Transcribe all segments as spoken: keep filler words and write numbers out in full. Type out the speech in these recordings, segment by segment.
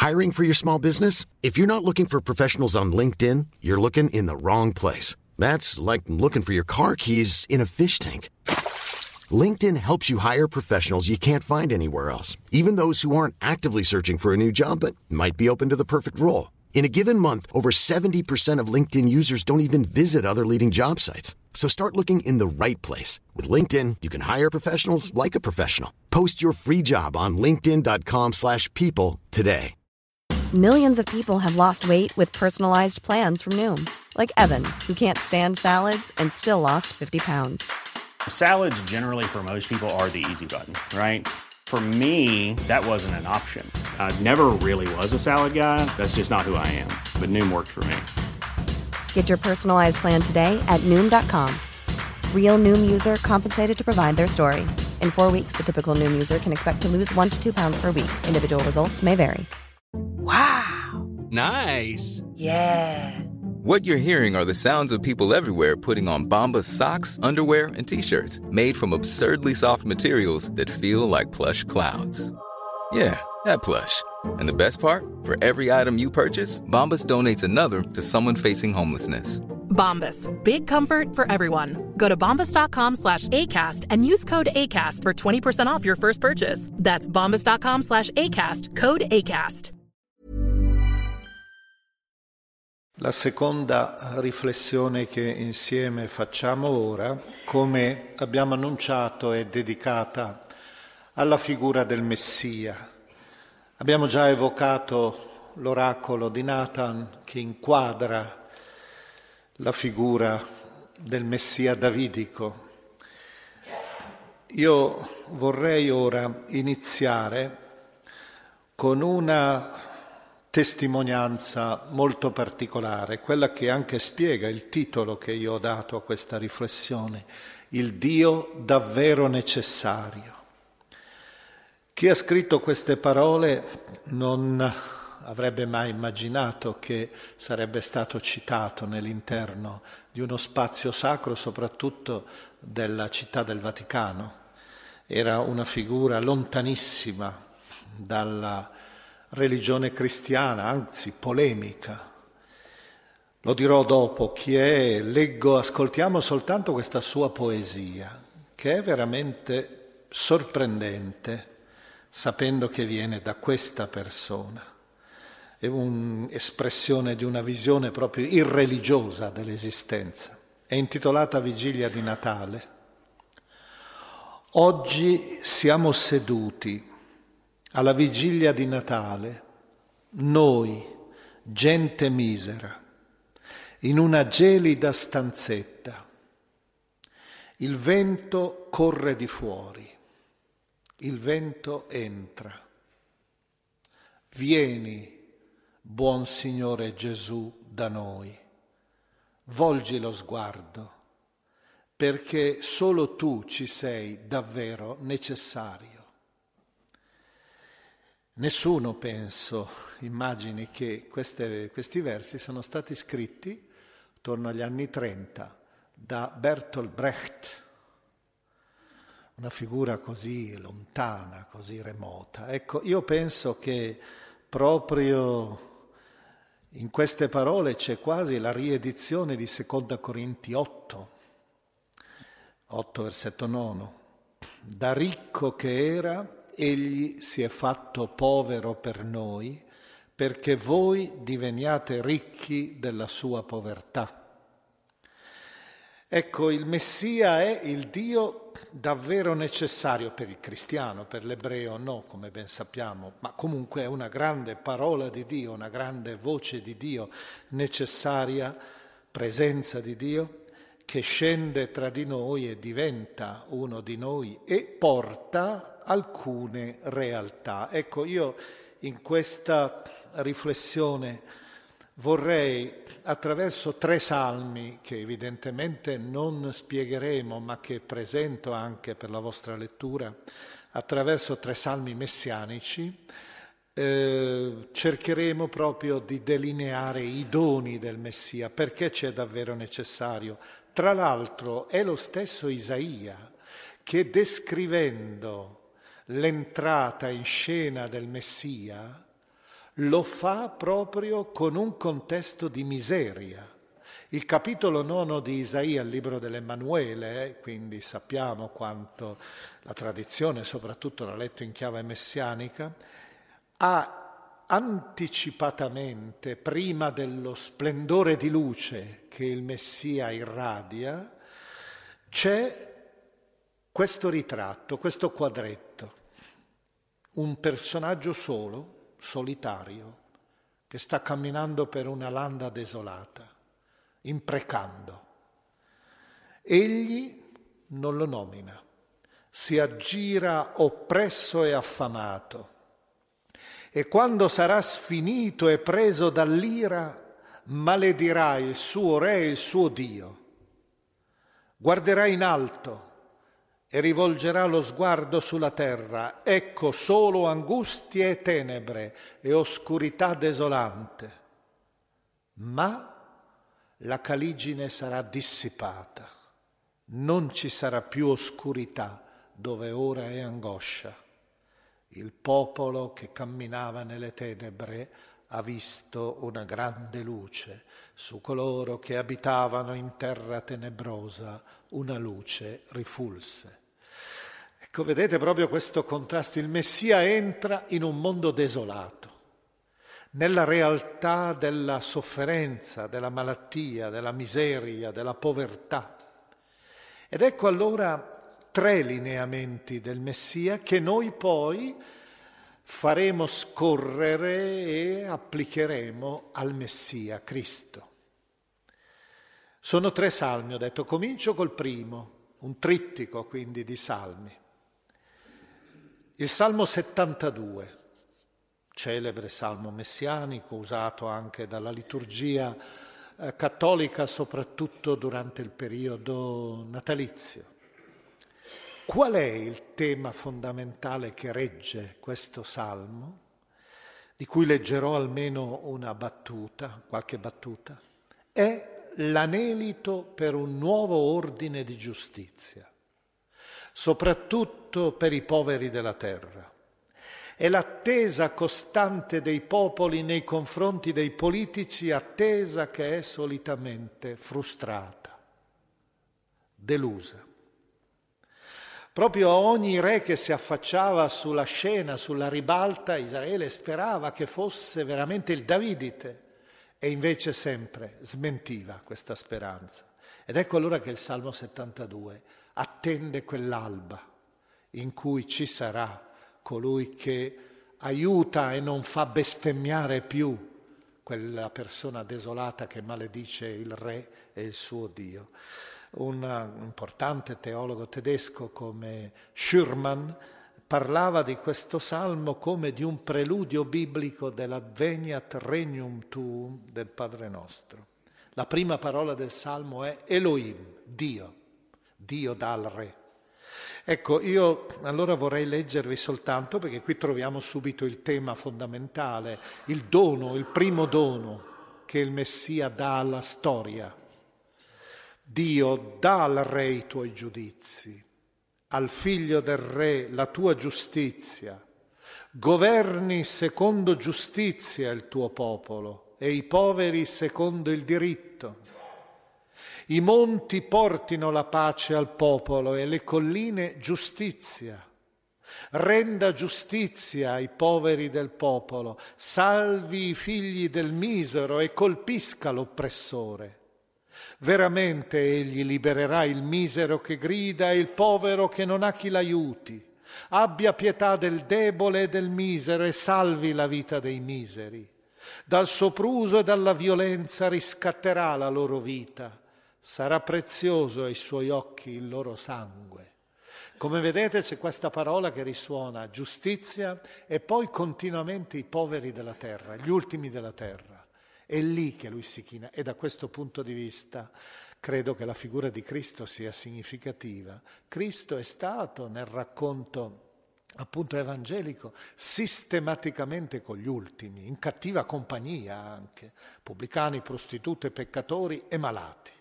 Hiring for your small business? If you're not looking for professionals on LinkedIn, you're looking in the wrong place. That's like looking for your car keys in a fish tank. LinkedIn helps you hire professionals you can't find anywhere else, even those who aren't actively searching for a new job but might be open to the perfect role. In a given month, over seventy percent of LinkedIn users don't even visit other leading job sites. So start looking in the right place. With LinkedIn, you can hire professionals like a professional. Post your free job on linkedin.com slash people today. Millions of people have lost weight with personalized plans from Noom. Like Evan, who can't stand salads and still lost fifty pounds. Salads generally for most people are the easy button, right? For me, that wasn't an option. I never really was a salad guy. That's just not who I am. But Noom worked for me. Get your personalized plan today at Noom dot com. Real Noom user compensated to provide their story. In four weeks, the typical Noom user can expect to lose one to two pounds per week. Individual results may vary. Wow. Nice. Yeah. What you're hearing are the sounds of people everywhere putting on Bombas socks, underwear, and T-shirts made from absurdly soft materials that feel like plush clouds. Yeah, that plush. And the best part? For every item you purchase, Bombas donates another to someone facing homelessness. Bombas. Big comfort for everyone. Go to bombas.com slash ACAST and use code ACAST for twenty percent off your first purchase. That's bombas.com slash ACAST. Code ACAST. La seconda riflessione che insieme facciamo ora, come abbiamo annunciato, è dedicata alla figura del Messia. Abbiamo già evocato l'oracolo di Nathan che inquadra la figura del Messia davidico. Io vorrei ora iniziare con una testimonianza molto particolare, quella che anche spiega il titolo che io ho dato a questa riflessione, il Dio davvero necessario. Chi ha scritto queste parole non avrebbe mai immaginato che sarebbe stato citato nell'interno di uno spazio sacro, soprattutto della città del Vaticano. Era una figura lontanissima dalla religione cristiana, anzi polemica. Lo dirò dopo chi è, leggo, ascoltiamo soltanto questa sua poesia, che è veramente sorprendente, sapendo che viene da questa persona. È un'espressione di una visione proprio irreligiosa dell'esistenza. È intitolata Vigilia di Natale. Oggi siamo seduti alla vigilia di Natale, noi, gente misera, in una gelida stanzetta. Il vento corre di fuori, il vento entra. Vieni, buon Signore Gesù, da noi. Volgi lo sguardo, perché solo tu ci sei davvero necessario. Nessuno, penso, immagini che queste, questi versi sono stati scritti attorno agli anni trenta da Bertolt Brecht, una figura così lontana, così remota. Ecco, io penso che proprio in queste parole c'è quasi la riedizione di Seconda Corinti otto, otto versetto nono. Da ricco che era, egli si è fatto povero per noi, perché voi diveniate ricchi della sua povertà. Ecco, il Messia è il Dio davvero necessario per il cristiano, per l'ebreo no, come ben sappiamo, ma comunque è una grande parola di Dio, una grande voce di Dio, necessaria presenza di Dio, che scende tra di noi e diventa uno di noi e porta alcune realtà. Ecco, io in questa riflessione vorrei, attraverso tre salmi che evidentemente non spiegheremo, ma che presento anche per la vostra lettura, attraverso tre salmi messianici, eh, cercheremo proprio di delineare i doni del Messia, perché c'è davvero necessario. Tra l'altro è lo stesso Isaia che, descrivendo l'entrata in scena del Messia, lo fa proprio con un contesto di miseria. Il capitolo nono di Isaia, il libro dell'Emanuele, eh, quindi sappiamo quanto la tradizione, soprattutto l'ha letto in chiave messianica, ha anticipatamente, prima dello splendore di luce che il Messia irradia, c'è questo ritratto, questo quadretto, un personaggio solo, solitario, che sta camminando per una landa desolata, imprecando. Egli non lo nomina, si aggira oppresso e affamato, e quando sarà sfinito e preso dall'ira, maledirà il suo re e il suo Dio. Guarderà in alto e rivolgerà lo sguardo sulla terra. Ecco solo angustie e tenebre e oscurità desolante. Ma la caligine sarà dissipata, non ci sarà più oscurità dove ora è angoscia. Il popolo che camminava nelle tenebre ha visto una grande luce, su coloro che abitavano in terra tenebrosa una luce rifulse. Ecco, vedete proprio questo contrasto, il Messia entra in un mondo desolato, nella realtà della sofferenza, della malattia, della miseria, della povertà. Ed ecco allora tre lineamenti del Messia che noi poi faremo scorrere e applicheremo al Messia, Cristo. Sono tre salmi, ho detto, comincio col primo, un trittico quindi di salmi. Il Salmo settantadue, celebre salmo messianico, usato anche dalla liturgia eh, cattolica, soprattutto durante il periodo natalizio. Qual è il tema fondamentale che regge questo salmo, di cui leggerò almeno una battuta, qualche battuta? È l'anelito per un nuovo ordine di giustizia, soprattutto per i poveri della terra. È l'attesa costante dei popoli nei confronti dei politici, attesa che è solitamente frustrata, delusa. Proprio a ogni re che si affacciava sulla scena, sulla ribalta, Israele sperava che fosse veramente il Davidite e invece sempre smentiva questa speranza. Ed ecco allora che il Salmo settantadue attende quell'alba in cui ci sarà colui che aiuta e non fa bestemmiare più quella persona desolata che maledice il re e il suo Dio. Un importante teologo tedesco come Schürmann parlava di questo salmo come di un preludio biblico dell'Adveniat Regnum Tuum del Padre nostro. La prima parola del salmo è Elohim, Dio, Dio dal re. Ecco, io allora vorrei leggervi soltanto, perché qui troviamo subito il tema fondamentale, il dono, il primo dono che il Messia dà alla storia. Dio dà al re i tuoi giudizi, al figlio del re la tua giustizia, governi secondo giustizia il tuo popolo e i poveri secondo il diritto. I monti portino la pace al popolo e le colline giustizia. Renda giustizia ai poveri del popolo, salvi i figli del misero e colpisca l'oppressore. Veramente egli libererà il misero che grida e il povero che non ha chi l'aiuti. Abbia pietà del debole e del misero e salvi la vita dei miseri. Dal sopruso e dalla violenza riscatterà la loro vita. Sarà prezioso ai suoi occhi il loro sangue. Come vedete c'è questa parola che risuona, giustizia, e poi continuamente i poveri della terra, gli ultimi della terra. È lì che lui si china e da questo punto di vista credo che la figura di Cristo sia significativa. Cristo è stato nel racconto appunto evangelico sistematicamente con gli ultimi, in cattiva compagnia anche, pubblicani, prostitute, peccatori e malati.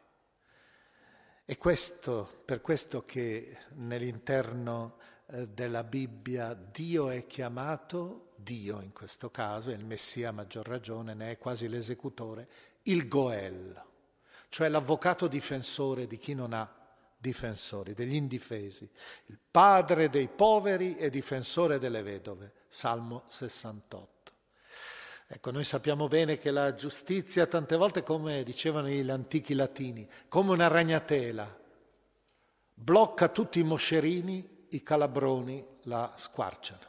E questo, per questo che nell'interno eh, della Bibbia Dio è chiamato Dio in questo caso, e il Messia a maggior ragione ne è quasi l'esecutore, il Goel, cioè l'avvocato difensore di chi non ha difensori, degli indifesi, il padre dei poveri e difensore delle vedove, Salmo sessantotto. Ecco, noi sappiamo bene che la giustizia tante volte, come dicevano gli antichi latini, come una ragnatela, blocca tutti i moscerini, i calabroni la squarciano.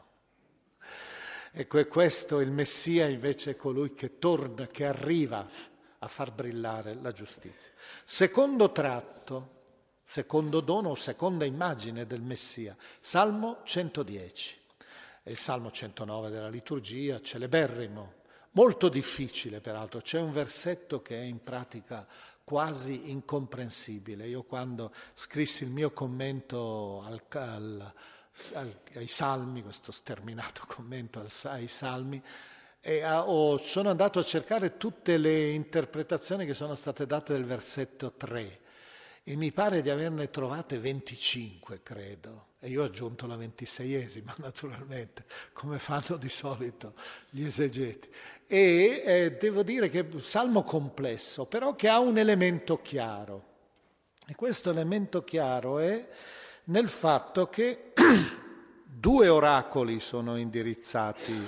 Ecco, è questo il Messia invece è colui che torna, che arriva a far brillare la giustizia. Secondo tratto, secondo dono o seconda immagine del Messia, Salmo centodieci, è il Salmo centonove della liturgia, celeberrimo, molto difficile peraltro, c'è un versetto che è in pratica quasi incomprensibile. Io quando scrissi il mio commento al, al ai Salmi, questo sterminato commento ai Salmi, e ho, sono andato a cercare tutte le interpretazioni che sono state date del versetto tre e mi pare di averne trovate venticinque, credo, e io ho aggiunto la ventiseiesima naturalmente, come fanno di solito gli esegeti. E eh, devo dire che è un salmo complesso, però che ha un elemento chiaro, e questo elemento chiaro è nel fatto che due oracoli sono indirizzati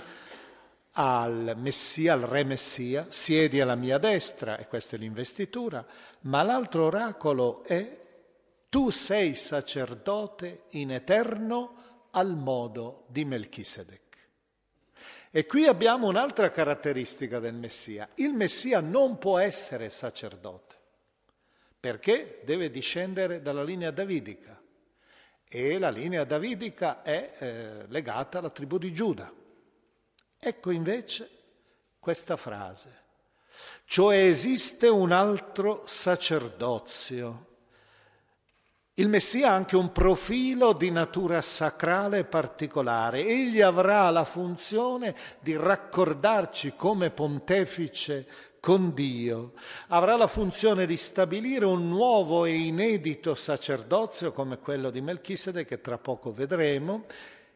al Messia, al Re Messia, siedi alla mia destra, e questa è l'investitura, ma l'altro oracolo è tu sei sacerdote in eterno al modo di Melchisedec. E qui abbiamo un'altra caratteristica del Messia. Il Messia non può essere sacerdote, perché deve discendere dalla linea davidica. E la linea davidica è eh, legata alla tribù di Giuda. Ecco invece questa frase, cioè esiste un altro sacerdozio. Il Messia ha anche un profilo di natura sacrale particolare. Egli avrà la funzione di raccordarci come pontefice con Dio, avrà la funzione di stabilire un nuovo e inedito sacerdozio come quello di Melchisedec, che tra poco vedremo,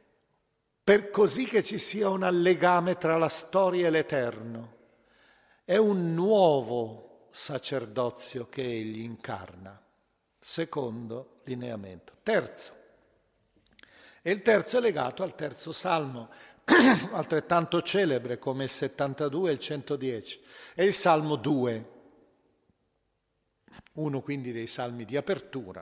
per così che ci sia un legame tra la storia e l'eterno. È un nuovo sacerdozio che egli incarna. Secondo lineamento. Terzo. E il terzo è legato al terzo salmo, altrettanto celebre come il settantadue e il centodieci. È il Salmo due, uno quindi dei salmi di apertura,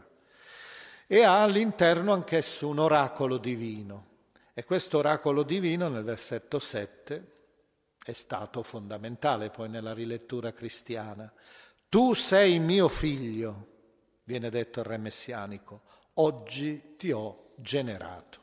e ha all'interno anch'esso un oracolo divino. E questo oracolo divino nel versetto sette è stato fondamentale poi nella rilettura cristiana. Tu sei mio figlio, viene detto il re messianico, oggi ti ho generato.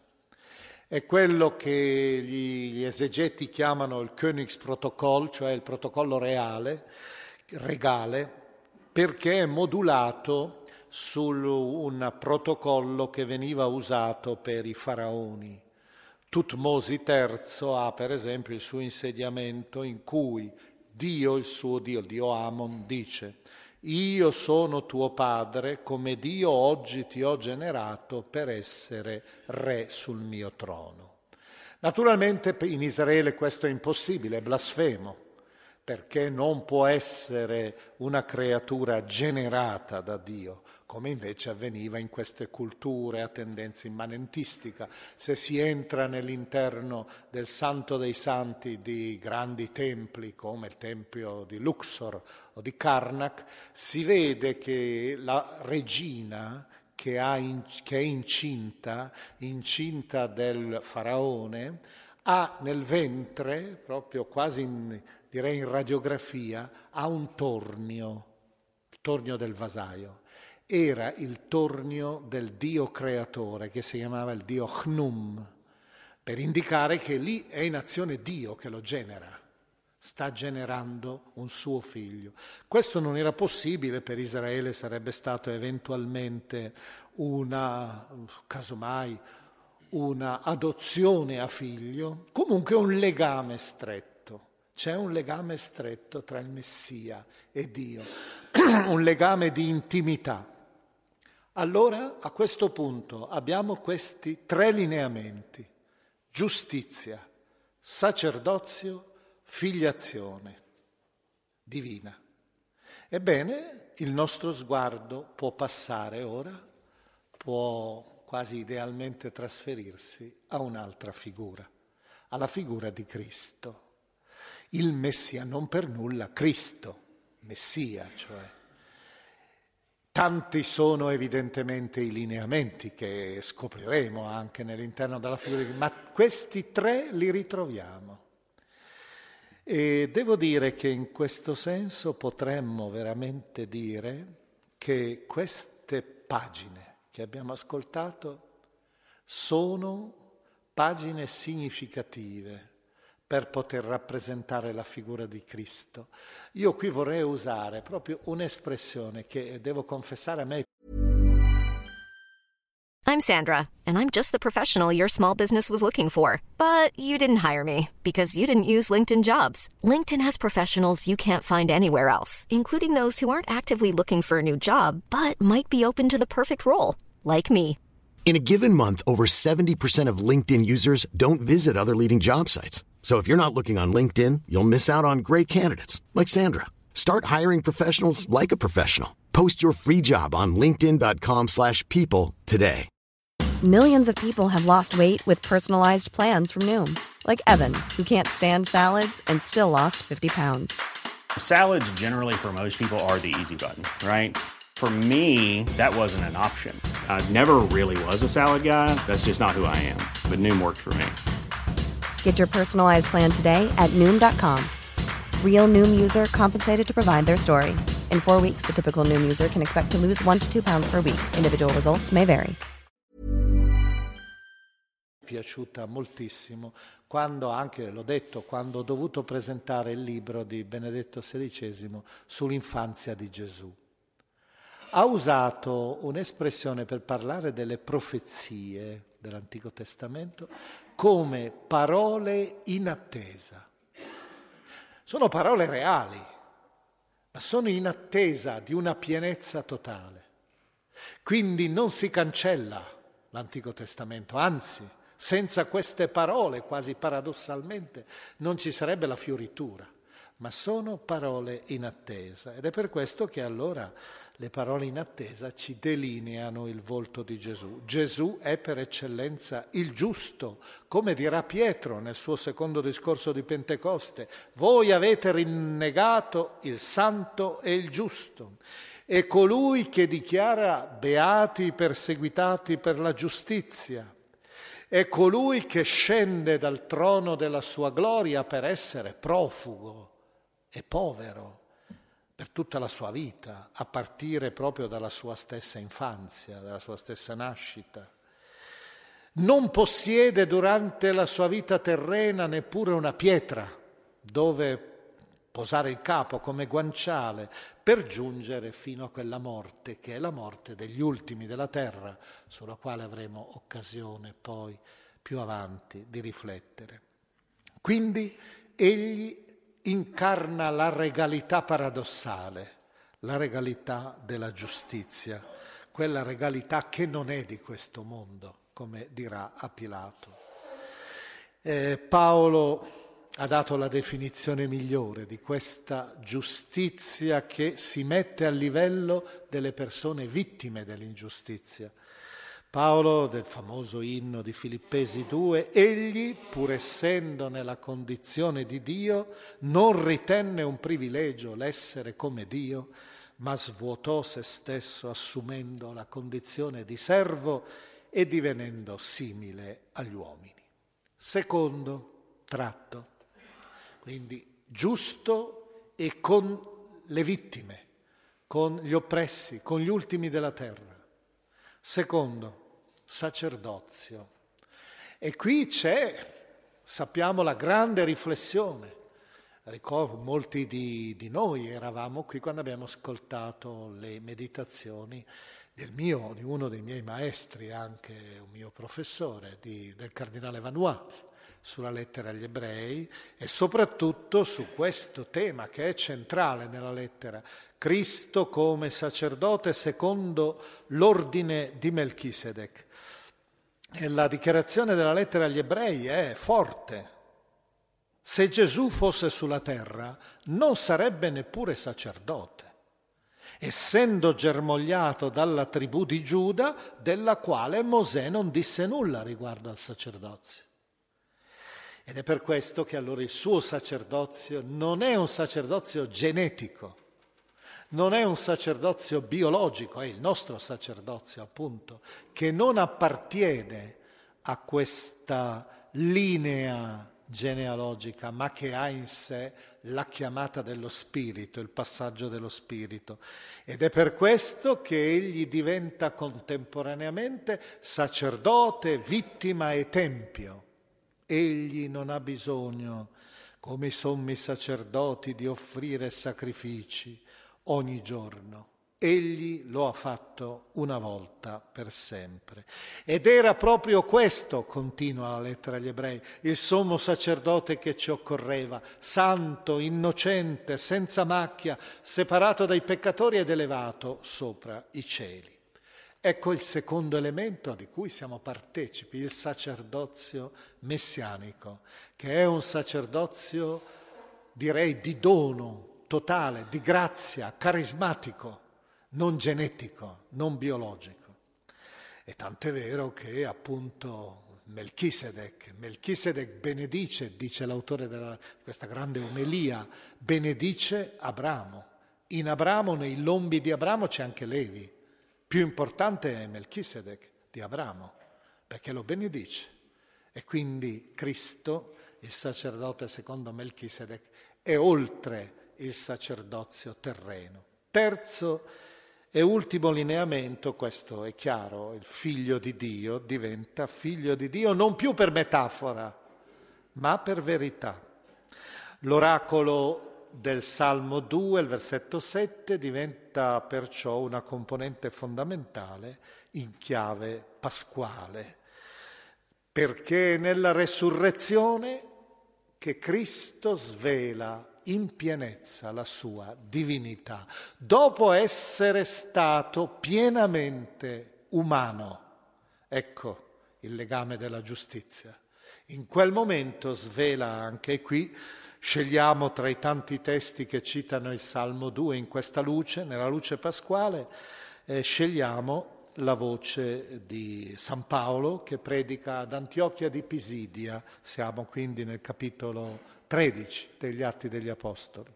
È quello che gli, gli esegeti chiamano il Königsprotokoll, cioè il protocollo reale, regale, perché è modulato su un protocollo che veniva usato per i faraoni. Tutmosi terzo ha per esempio il suo insediamento in cui Dio, il suo Dio, il Dio Amon, dice: io sono tuo padre, come Dio oggi ti ho generato per essere re sul mio trono. Naturalmente in Israele questo è impossibile, è blasfemo, perché non può essere una creatura generata da Dio, come invece avveniva in queste culture a tendenza immanentistica. Se si entra nell'interno del Santo dei Santi di grandi templi, come il Tempio di Luxor o di Karnak, si vede che la regina che, ha in, che è incinta, incinta del faraone, ha nel ventre, proprio quasi in, direi in radiografia, ha un tornio, il tornio del vasaio. Era il tornio del Dio creatore, che si chiamava il Dio Chnum, per indicare che lì è in azione Dio che lo genera, sta generando un suo figlio. Questo non era possibile per Israele, sarebbe stato eventualmente una, casomai, una adozione a figlio, comunque un legame stretto. C'è un legame stretto tra il Messia e Dio, un legame di intimità. Allora, a questo punto, abbiamo questi tre lineamenti: giustizia, sacerdozio, filiazione divina. Ebbene, il nostro sguardo può passare ora, può quasi idealmente trasferirsi a un'altra figura, alla figura di Cristo. Il Messia, non per nulla Cristo, Messia, cioè. Tanti sono evidentemente i lineamenti che scopriremo anche nell'interno della figura di Cristo, ma questi tre li ritroviamo. E devo dire che in questo senso potremmo veramente dire che queste pagine che abbiamo ascoltato sono pagine significative per poter rappresentare la figura di Cristo. Io qui vorrei usare proprio un'espressione che devo confessare a me. I'm Sandra, and I'm just the professional your small business was looking for. But you didn't hire me because you didn't use LinkedIn Jobs. LinkedIn has professionals you can't find anywhere else, including those who aren't actively looking for a new job, but might be open to the perfect role, like me. In a given month, over seventy percent of LinkedIn users don't visit other leading job sites. So if you're not looking on LinkedIn, you'll miss out on great candidates like Sandra. Start hiring professionals like a professional. Post your free job on linkedin.com slash people today. Millions of people have lost weight with personalized plans from Noom. Like Evan, who can't stand salads and still lost fifty pounds. Salads generally for most people are the easy button, right? For me, that wasn't an option. I never really was a salad guy. That's just not who I am. But Noom worked for me. Get your personalized plan today at Noom dot com. Real Noom user compensated to provide their story. In four weeks, the typical Noom user can expect to lose one to two pounds per week. Individual results may vary. Mi è piaciuta moltissimo quando, anche l'ho detto, quando ho dovuto presentare il libro di Benedetto sedicesimo sull'infanzia di Gesù. Ha usato un'espressione per parlare delle profezie dell'Antico Testamento come parole in attesa. Sono parole reali, ma sono in attesa di una pienezza totale. Quindi non si cancella l'Antico Testamento, anzi, senza queste parole, quasi paradossalmente, non ci sarebbe la fioritura. Ma sono parole in attesa ed è per questo che allora le parole in attesa ci delineano il volto di Gesù. Gesù è per eccellenza il giusto, come dirà Pietro nel suo secondo discorso di Pentecoste: voi avete rinnegato il santo e il giusto. È colui che dichiara beati i perseguitati per la giustizia. È colui che scende dal trono della sua gloria per essere profugo e povero per tutta la sua vita, a partire proprio dalla sua stessa infanzia, dalla sua stessa nascita. Non possiede durante la sua vita terrena neppure una pietra dove posare il capo come guanciale per giungere fino a quella morte che è la morte degli ultimi della terra, sulla quale avremo occasione poi più avanti di riflettere. Quindi egli incarna la regalità paradossale, la regalità della giustizia, quella regalità che non è di questo mondo, come dirà a Pilato. Eh, Paolo ha dato la definizione migliore di questa giustizia che si mette a livello delle persone vittime dell'ingiustizia. Paolo, del famoso inno di Filippesi due, egli, pur essendo nella condizione di Dio, non ritenne un privilegio l'essere come Dio, ma svuotò se stesso assumendo la condizione di servo e divenendo simile agli uomini. Secondo tratto, quindi giusto e con le vittime, con gli oppressi, con gli ultimi della terra. Secondo, sacerdozio. E qui c'è, sappiamo, la grande riflessione. Ricordo, molti di, di noi eravamo qui quando abbiamo ascoltato le meditazioni del mio, di uno dei miei maestri, anche un mio professore, di, del cardinale Vanois, sulla lettera agli ebrei e soprattutto su questo tema che è centrale nella lettera, Cristo come sacerdote secondo l'ordine di Melchisedec. E la dichiarazione della lettera agli ebrei è forte, Se Gesù fosse sulla terra, non sarebbe neppure sacerdote, essendo germogliato dalla tribù di Giuda, della quale Mosè non disse nulla riguardo al sacerdozio. Ed è per questo che allora il suo sacerdozio non è un sacerdozio genetico, non è un sacerdozio biologico, è il nostro sacerdozio, appunto, che non appartiene a questa linea genealogica, ma che ha in sé la chiamata dello Spirito, il passaggio dello Spirito. Ed è per questo che egli diventa contemporaneamente sacerdote, vittima e tempio. Egli non ha bisogno, come i sommi sacerdoti, di offrire sacrifici ogni giorno. Egli lo ha fatto una volta per sempre. Ed era proprio questo, continua la lettera agli Ebrei, il sommo sacerdote che ci occorreva, santo, innocente, senza macchia, separato dai peccatori ed elevato sopra i cieli. Ecco il secondo elemento di cui siamo partecipi, il sacerdozio messianico, che è un sacerdozio, direi, di dono totale, di grazia, carismatico, non genetico, non biologico. E tant'è vero che appunto Melchisedec, Melchisedec benedice, dice l'autore di questa grande omelia, benedice Abramo. In Abramo, nei lombi di Abramo c'è anche Levi. Più importante è Melchisedec di Abramo, perché lo benedice. E quindi Cristo, il sacerdote secondo Melchisedec, è oltre il sacerdozio terreno. Terzo e ultimo lineamento, questo è chiaro, il figlio di Dio diventa figlio di Dio non più per metafora, ma per verità. L'oracolo del Salmo due, il versetto sette, diventa perciò una componente fondamentale in chiave pasquale, perché è nella resurrezione che Cristo svela in pienezza la sua divinità, dopo essere stato pienamente umano. Ecco il legame della giustizia. In quel momento svela anche qui. Scegliamo tra i tanti testi che citano il Salmo due in questa luce, nella luce pasquale, eh, scegliamo la voce di San Paolo che predica ad Antiochia di Pisidia. Siamo quindi nel capitolo tredici degli Atti degli Apostoli.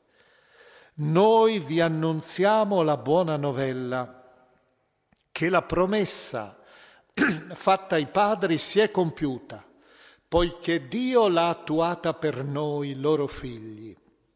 Noi vi annunziamo la buona novella, che la promessa fatta ai padri si è compiuta, poiché Dio l'ha attuata per noi, loro figli,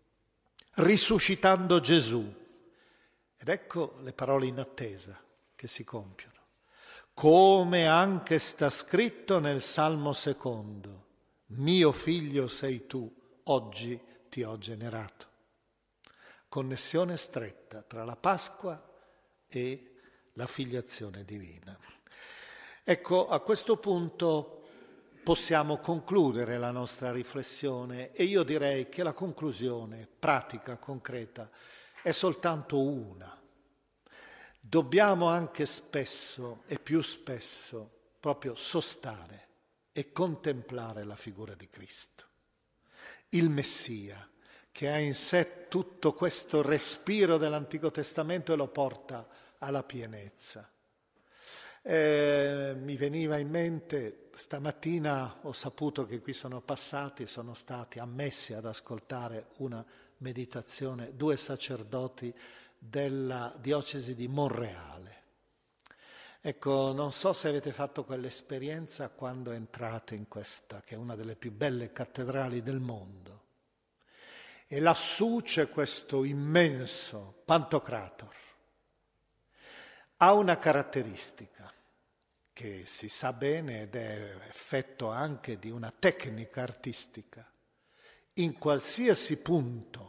risuscitando Gesù. Ed ecco le parole in attesa che si compiono. Come anche sta scritto nel Salmo secondo, mio figlio sei tu, oggi ti ho generato. Connessione stretta tra la Pasqua e la filiazione divina. Ecco, a questo punto possiamo concludere la nostra riflessione e io direi che la conclusione pratica, concreta, è soltanto una. Dobbiamo anche spesso e più spesso proprio sostare e contemplare la figura di Cristo, il Messia, che ha in sé tutto questo respiro dell'Antico Testamento e lo porta alla pienezza. Eh, mi veniva in mente, stamattina ho saputo che qui sono passati, sono stati ammessi ad ascoltare una meditazione, due sacerdoti della diocesi di Monreale. Ecco, non so se avete fatto quell'esperienza quando entrate in questa, che è una delle più belle cattedrali del mondo. E lassù c'è questo immenso Pantocrator. Ha una caratteristica che si sa bene ed è effetto anche di una tecnica artistica. In qualsiasi punto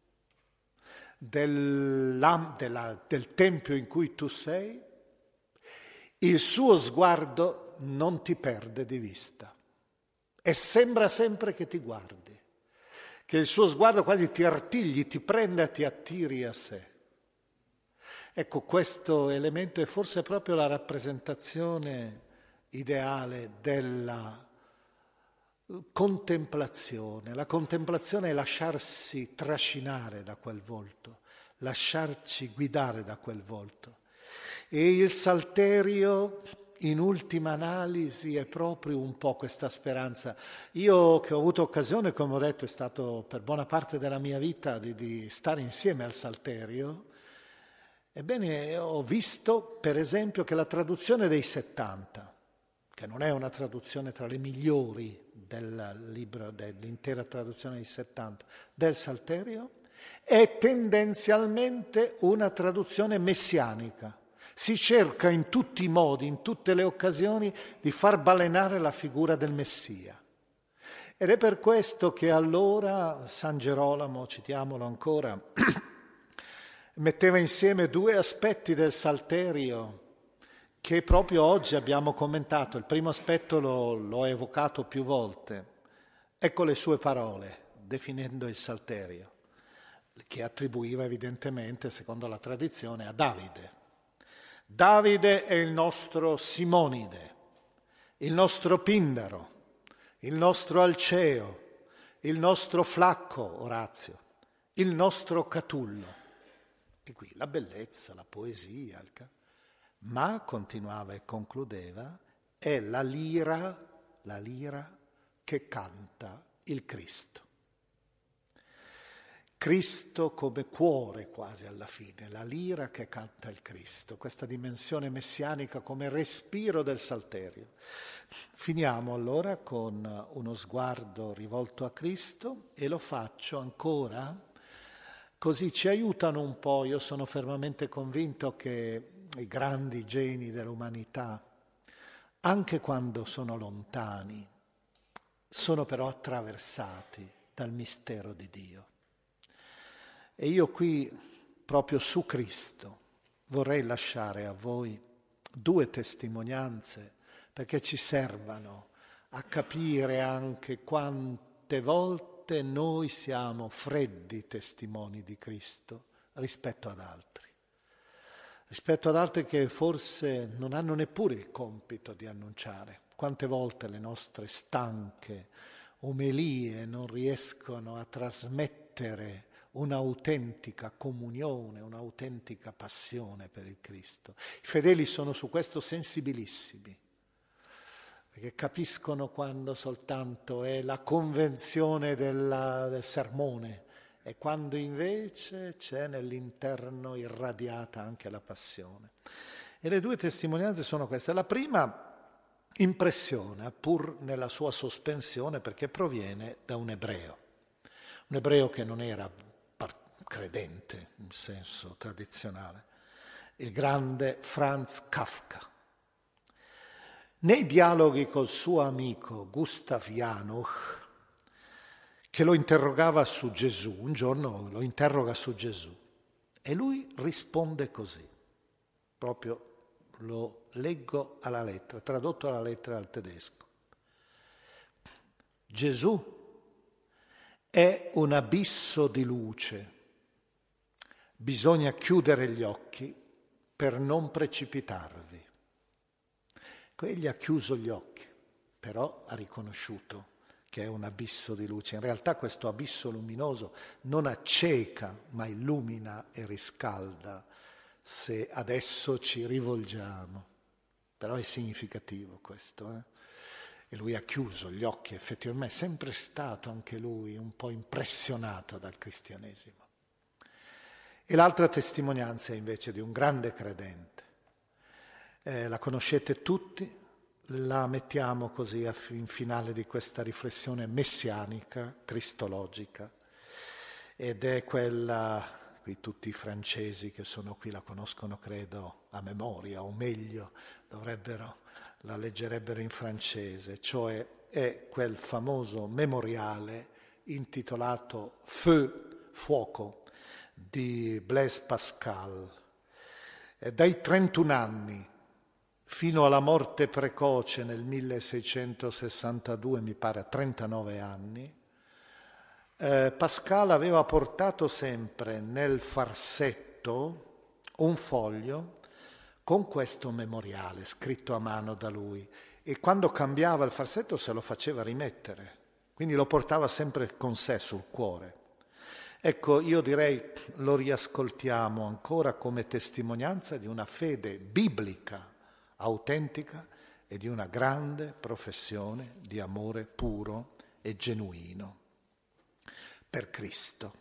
del, della, del tempio in cui tu sei, il suo sguardo non ti perde di vista e sembra sempre che ti guardi, che il suo sguardo quasi ti artigli, ti prenda e ti attiri a sé. Ecco, questo elemento è forse proprio la rappresentazione ideale della contemplazione. La contemplazione è lasciarsi trascinare da quel volto, lasciarci guidare da quel volto. E il Salterio, in ultima analisi, è proprio un po' questa speranza. Io che ho avuto occasione, come ho detto, è stato per buona parte della mia vita di, di stare insieme al Salterio, ebbene ho visto per esempio che la traduzione dei settanta, che non è una traduzione tra le migliori del libro, dell'intera traduzione dei settanta, del Salterio, è tendenzialmente una traduzione messianica. Si cerca in tutti i modi, in tutte le occasioni, di far balenare la figura del Messia. Ed è per questo che allora San Gerolamo, citiamolo ancora, metteva insieme due aspetti del Salterio che proprio oggi abbiamo commentato. Il primo aspetto lo, l'ho evocato più volte. Ecco le sue parole, definendo il Salterio, che attribuiva evidentemente, secondo la tradizione, a Davide. Davide è il nostro Simonide, il nostro Pindaro, il nostro Alceo, il nostro Flacco, Orazio, il nostro Catullo. E qui la bellezza, la poesia, il ca- ma continuava e concludeva, è la lira, la lira che canta il Cristo. Cristo come cuore quasi alla fine, la lira che canta il Cristo, questa dimensione messianica come respiro del Salterio. Finiamo allora con uno sguardo rivolto a Cristo e lo faccio ancora, così ci aiutano un po'. Io sono fermamente convinto che i grandi geni dell'umanità, anche quando sono lontani, sono però attraversati dal mistero di Dio. E io qui, proprio su Cristo, vorrei lasciare a voi due testimonianze perché ci servano a capire anche quante volte noi siamo freddi testimoni di Cristo rispetto ad altri. Rispetto ad altri che forse non hanno neppure il compito di annunciare. Quante volte le nostre stanche omelie non riescono a trasmettere un'autentica comunione, un'autentica passione per il Cristo. I fedeli sono su questo sensibilissimi, perché capiscono quando soltanto è la convenzione della, del sermone e quando invece c'è nell'interno irradiata anche la passione. E le due testimonianze sono queste. La prima impressione, pur nella sua sospensione, perché proviene da un ebreo, un ebreo che non era credente in senso tradizionale, il grande Franz Kafka. Nei dialoghi col suo amico Gustav Janosch, che lo interrogava su Gesù, un giorno lo interroga su Gesù e lui risponde così, proprio lo leggo alla lettera, tradotto alla lettera al tedesco. Gesù è un abisso di luce. Bisogna chiudere gli occhi per non precipitarvi. Egli ha chiuso gli occhi, però ha riconosciuto che è un abisso di luce. In realtà questo abisso luminoso non acceca, ma illumina e riscalda se adesso ci rivolgiamo. Però è significativo questo, eh? E lui ha chiuso gli occhi, effettivamente è sempre stato anche lui un po' impressionato dal cristianesimo. E l'altra testimonianza è invece di un grande credente. Eh, la conoscete tutti, la mettiamo così in finale di questa riflessione messianica, cristologica, ed è quella, qui tutti i francesi che sono qui la conoscono credo a memoria, o meglio, dovrebbero, la leggerebbero in francese, cioè è quel famoso memoriale intitolato Feu, fuoco, di Blaise Pascal. E dai trentuno anni fino alla morte precoce nel milleseicentosessantadue, mi pare a trentanove anni, eh, Pascal aveva portato sempre nel farsetto un foglio con questo memoriale scritto a mano da lui, e quando cambiava il farsetto se lo faceva rimettere, quindi lo portava sempre con sé sul cuore. Ecco, io direi lo riascoltiamo ancora come testimonianza di una fede biblica, autentica e di una grande professione di amore puro e genuino per Cristo.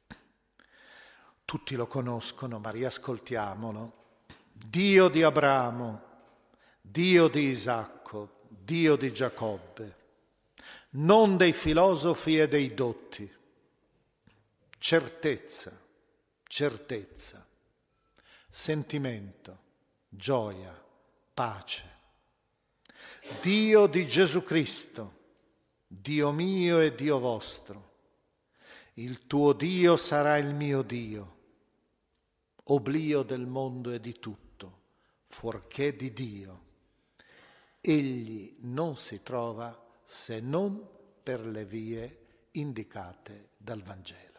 Tutti lo conoscono, ma riascoltiamolo. Dio di Abramo, Dio di Isacco, Dio di Giacobbe, non dei filosofi e dei dotti. Certezza, certezza, sentimento, gioia, pace. Dio di Gesù Cristo, Dio mio e Dio vostro. Il tuo Dio sarà il mio Dio. Oblio del mondo e di tutto, fuorché di Dio. Egli non si trova se non per le vie indicate dal Vangelo.